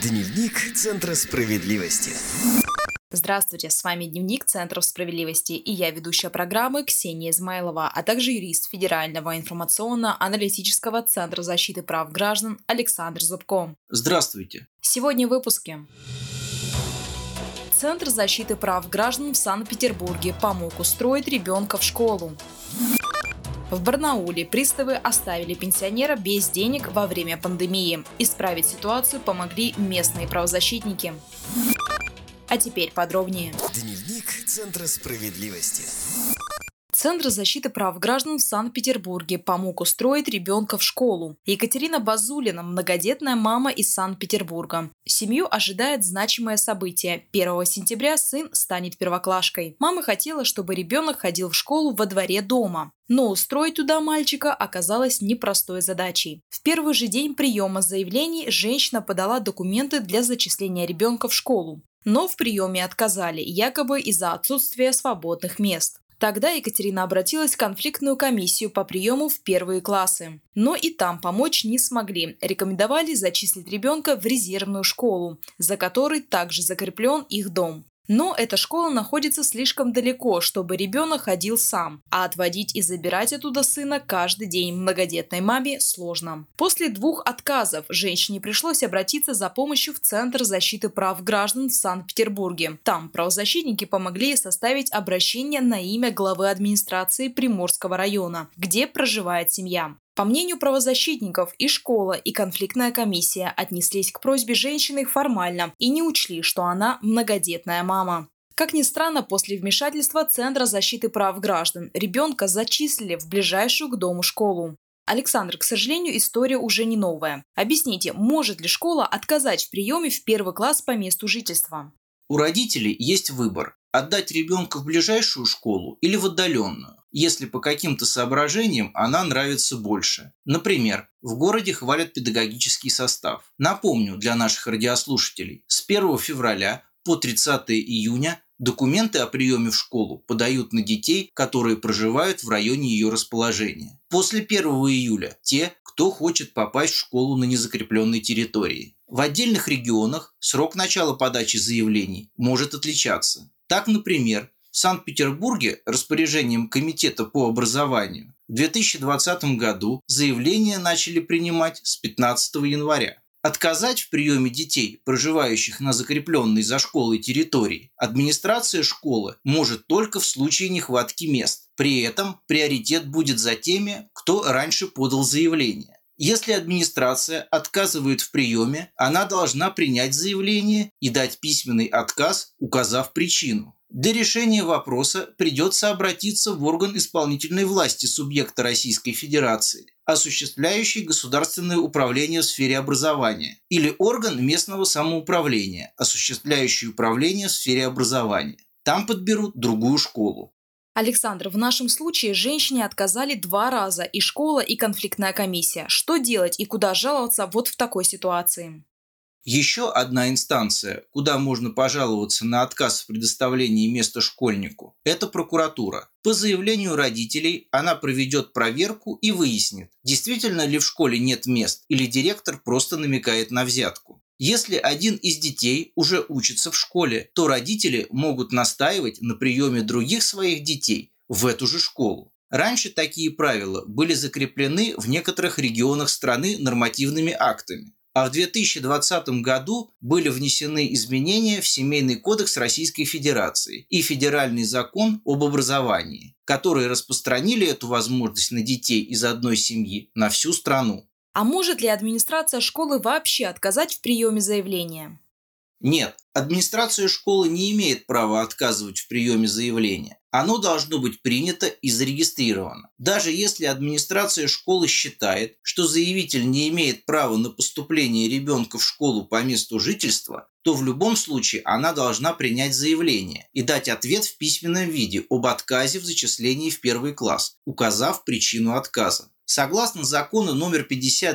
Дневник Центра справедливости. Здравствуйте, с вами Дневник Центров справедливости и я ведущая программы Ксения Измайлова, а также юрист Федерального информационно-аналитического центра защиты прав граждан Александр Зубко. Здравствуйте. Сегодня в выпуске. Центр защиты прав граждан в Санкт-Петербурге помог устроить ребенка в школу. В Барнауле приставы оставили пенсионера без денег во время пандемии. Исправить ситуацию помогли местные правозащитники. А теперь подробнее. Дневник Центра справедливости. Центр защиты прав граждан в Санкт-Петербурге помог устроить ребенка в школу. Екатерина Базулина – многодетная мама из Санкт-Петербурга. Семью ожидает значимое событие. 1 сентября сын станет первоклашкой. Мама хотела, чтобы ребенок ходил в школу во дворе дома. Но устроить туда мальчика оказалось непростой задачей. В первый же день приема заявлений женщина подала документы для зачисления ребенка в школу. Но в приеме отказали, якобы из-за отсутствия свободных мест. Тогда Екатерина обратилась в конфликтную комиссию по приему в первые классы. Но и там помочь не смогли. Рекомендовали зачислить ребенка в резервную школу, за которой также закреплен их дом. Но эта школа находится слишком далеко, чтобы ребенок ходил сам, а отводить и забирать оттуда сына каждый день многодетной маме сложно. После 2 отказов женщине пришлось обратиться за помощью в Центр защиты прав граждан в Санкт-Петербурге. Там правозащитники помогли ей составить обращение на имя главы администрации Приморского района, где проживает семья. По мнению правозащитников, и школа, и конфликтная комиссия отнеслись к просьбе женщины формально и не учли, что она многодетная мама. Как ни странно, после вмешательства Центра защиты прав граждан ребенка зачислили в ближайшую к дому школу. Александр, к сожалению, история уже не новая. Объясните, может ли школа отказать в приеме в 1 класс по месту жительства? У родителей есть выбор – отдать ребенка в ближайшую школу или в отдаленную, если по каким-то соображениям она нравится больше. Например, в городе хвалят педагогический состав. Напомню для наших радиослушателей, с 1 февраля по 30 июня документы о приеме в школу подают на детей, которые проживают в районе ее расположения. После 1 июля – те, кто хочет попасть в школу на незакрепленной территории. В отдельных регионах срок начала подачи заявлений может отличаться. Так, например, в Санкт-Петербурге распоряжением Комитета по образованию в 2020 году заявления начали принимать с 15 января. Отказать в приеме детей, проживающих на закрепленной за школой территории, администрация школы может только в случае нехватки мест. При этом приоритет будет за теми, кто раньше подал заявление. Если администрация отказывает в приеме, она должна принять заявление и дать письменный отказ, указав причину. Для решения вопроса придется обратиться в орган исполнительной власти субъекта Российской Федерации, осуществляющий государственное управление в сфере образования, или орган местного самоуправления, осуществляющий управление в сфере образования. Там подберут другую школу. Александр, в нашем случае женщине отказали 2 раза и школа, и конфликтная комиссия. Что делать и куда жаловаться вот в такой ситуации? Еще одна инстанция, куда можно пожаловаться на отказ в предоставлении места школьнику – это прокуратура. По заявлению родителей она проведет проверку и выяснит, действительно ли в школе нет мест или директор просто намекает на взятку. Если один из детей уже учится в школе, то родители могут настаивать на приеме других своих детей в эту же школу. Раньше такие правила были закреплены в некоторых регионах страны нормативными актами. А в 2020 году были внесены изменения в Семейный кодекс Российской Федерации и Федеральный закон об образовании, которые распространили эту возможность на детей из одной семьи на всю страну. А может ли администрация школы вообще отказать в приеме заявления? Нет, администрация школы не имеет права отказывать в приеме заявления. Оно должно быть принято и зарегистрировано. Даже если администрация школы считает, что заявитель не имеет права на поступление ребенка в школу по месту жительства, то в любом случае она должна принять заявление и дать ответ в письменном виде об отказе в зачислении в 1 класс, указав причину отказа. Согласно закону номер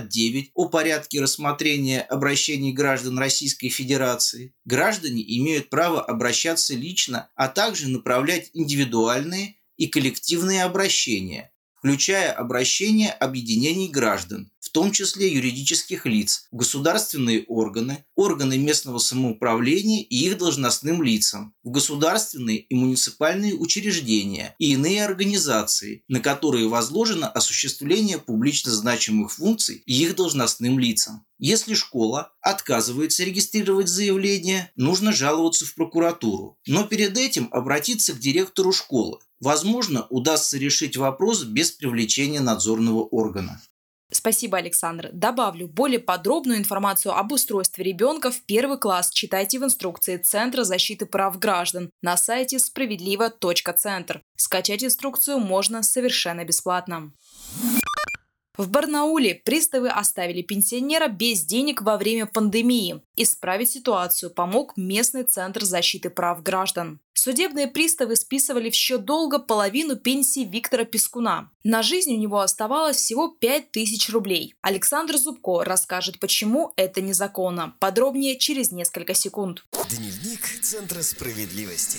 59 о порядке рассмотрения обращений граждан Российской Федерации, граждане имеют право обращаться лично, а также направлять индивидуальные и коллективные обращения, включая обращения объединений граждан, в в том числе юридических лиц, государственные органы, органы местного самоуправления и их должностным лицам, в государственные и муниципальные учреждения и иные организации, на которые возложено осуществление публично значимых функций и их должностным лицам. Если школа отказывается регистрировать заявление, нужно жаловаться в прокуратуру, но перед этим обратиться к директору школы. Возможно, удастся решить вопрос без привлечения надзорного органа. Спасибо, Александр. Добавлю, более подробную информацию об устройстве ребенка в первый класс читайте в инструкции Центра защиты прав граждан на сайте справедливо.центр. Скачать инструкцию можно совершенно бесплатно. В Барнауле приставы оставили пенсионера без денег во время пандемии. Исправить ситуацию помог местный Центр защиты прав граждан. Судебные приставы списывали в счет долга половину пенсии Виктора Пискуна. На жизнь у него оставалось всего 5000 рублей. Александр Зубко расскажет, почему это незаконно. Подробнее через несколько секунд. Дневник Центра справедливости.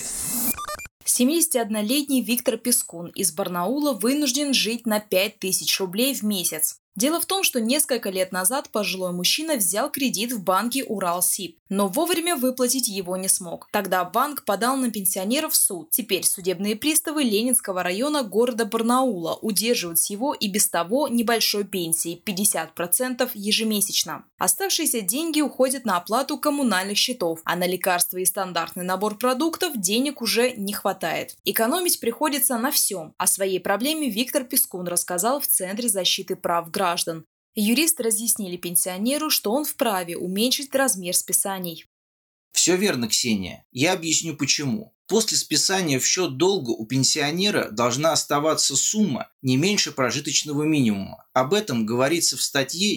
71-летний Виктор Пискун из Барнаула вынужден жить на 5000 рублей в месяц. Дело в том, что несколько лет назад пожилой мужчина взял кредит в банке Уралсиб, но вовремя выплатить его не смог. Тогда банк подал на пенсионера в суд. Теперь судебные приставы Ленинского района города Барнаула удерживают с его и без того небольшой пенсии 50% ежемесячно. Оставшиеся деньги уходят на оплату коммунальных счетов, а на лекарства и стандартный набор продуктов денег уже не хватает. Экономить приходится на всем. О своей проблеме Виктор Пискун рассказал в Центре защиты прав граждан. Юристы разъяснили пенсионеру, что он вправе уменьшить размер списаний. Все верно, Ксения. Я объясню почему. После списания в счет долга у пенсионера должна оставаться сумма не меньше прожиточного минимума. Об этом говорится в статье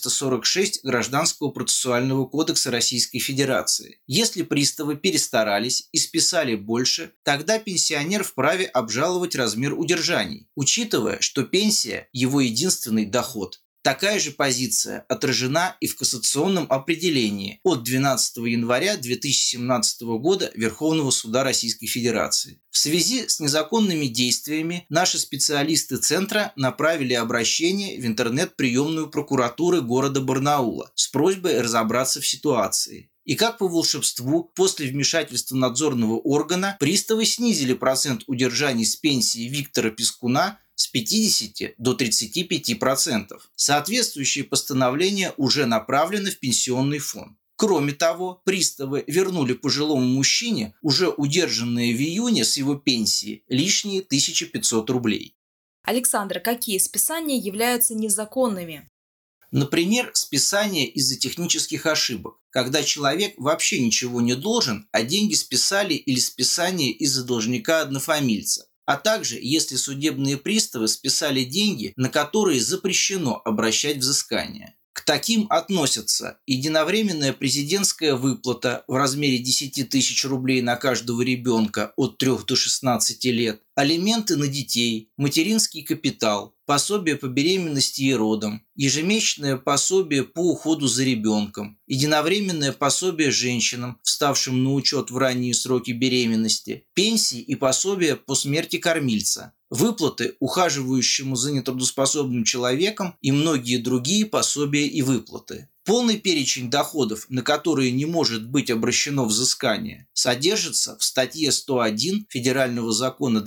446 Гражданского процессуального кодекса Российской Федерации. Если приставы перестарались и списали больше, тогда пенсионер вправе обжаловать размер удержаний, учитывая, что пенсия – его единственный доход. Такая же позиция отражена и в кассационном определении от 12 января 2017 года Верховного суда Российской Федерации. В связи с незаконными действиями наши специалисты Центра направили обращение в интернет-приемную прокуратуры города Барнаула с просьбой разобраться в ситуации. И как по волшебству, после вмешательства надзорного органа приставы снизили процент удержаний с пенсии Виктора Пискуна с 50 до 35%. Соответствующее постановление уже направлено в пенсионный фонд. Кроме того, приставы вернули пожилому мужчине, уже удержанные в июне с его пенсии, лишние 1500 рублей. Александр, какие списания являются незаконными? Например, списание из-за технических ошибок, когда человек вообще ничего не должен, а деньги списали, или списание из-за должника-однофамильца. А также, если судебные приставы списали деньги, на которые запрещено обращать взыскание. К таким относятся единовременная президентская выплата в размере 10 тысяч рублей на каждого ребенка от 3 до 16 лет, алименты на детей, материнский капитал, пособие по беременности и родам, ежемесячное пособие по уходу за ребенком, единовременное пособие женщинам, вставшим на учет в ранние сроки беременности, пенсии и пособия по смерти кормильца, выплаты ухаживающему за нетрудоспособным человеком и многие другие пособия и выплаты. Полный перечень доходов, на которые не может быть обращено взыскание, содержится в статье 101 Федерального закона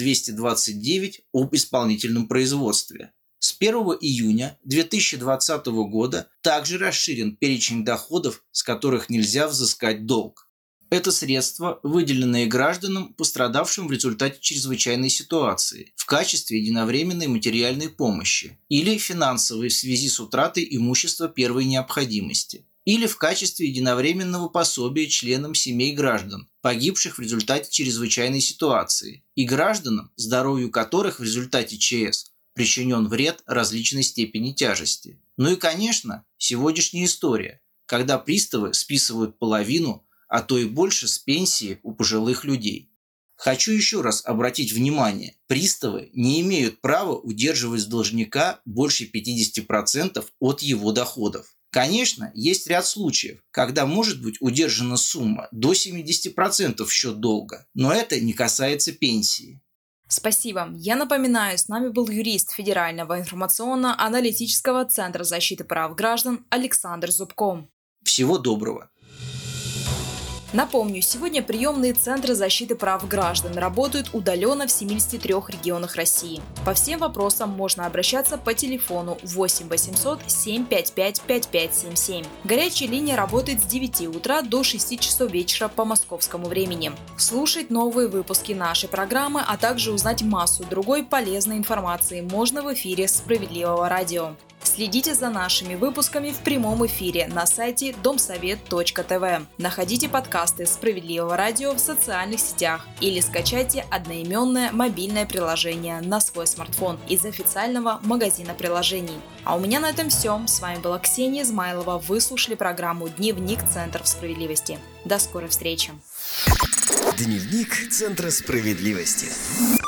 229 об исполнительном производстве. С 1 июня 2020 года также расширен перечень доходов, с которых нельзя взыскать долг. Это средства, выделенные гражданам, пострадавшим в результате чрезвычайной ситуации, в качестве единовременной материальной помощи или финансовой в связи с утратой имущества первой необходимости, или в качестве единовременного пособия членам семей граждан, погибших в результате чрезвычайной ситуации, и гражданам, здоровью которых в результате ЧС причинен вред различной степени тяжести. Ну и, конечно, сегодняшняя история, когда приставы списывают половину, а то и больше с пенсии у пожилых людей. Хочу еще раз обратить внимание, приставы не имеют права удерживать с должника больше 50% от его доходов. Конечно, есть ряд случаев, когда может быть удержана сумма до 70% в счет долга, но это не касается пенсии. Спасибо. Я напоминаю, с нами был юрист Федерального информационно-аналитического центра защиты прав граждан Александр Зубко. Всего доброго. Напомню, сегодня приемные центры защиты прав граждан работают удаленно в 73 регионах России. По всем вопросам можно обращаться по телефону 8 800 755 5577. Горячая линия работает с 9 утра до 6 часов вечера по московскому времени. Слушать новые выпуски нашей программы, а также узнать массу другой полезной информации можно в эфире Справедливого радио. Следите за нашими выпусками в прямом эфире на сайте domsovet.tv. Находите подкасты Справедливого радио в социальных сетях или скачайте одноименное мобильное приложение на свой смартфон из официального магазина приложений. А у меня на этом все. С вами была Ксения Измайлова. Вы слушали программу «Дневник Центров справедливости». До скорой встречи. Дневник Центра справедливости.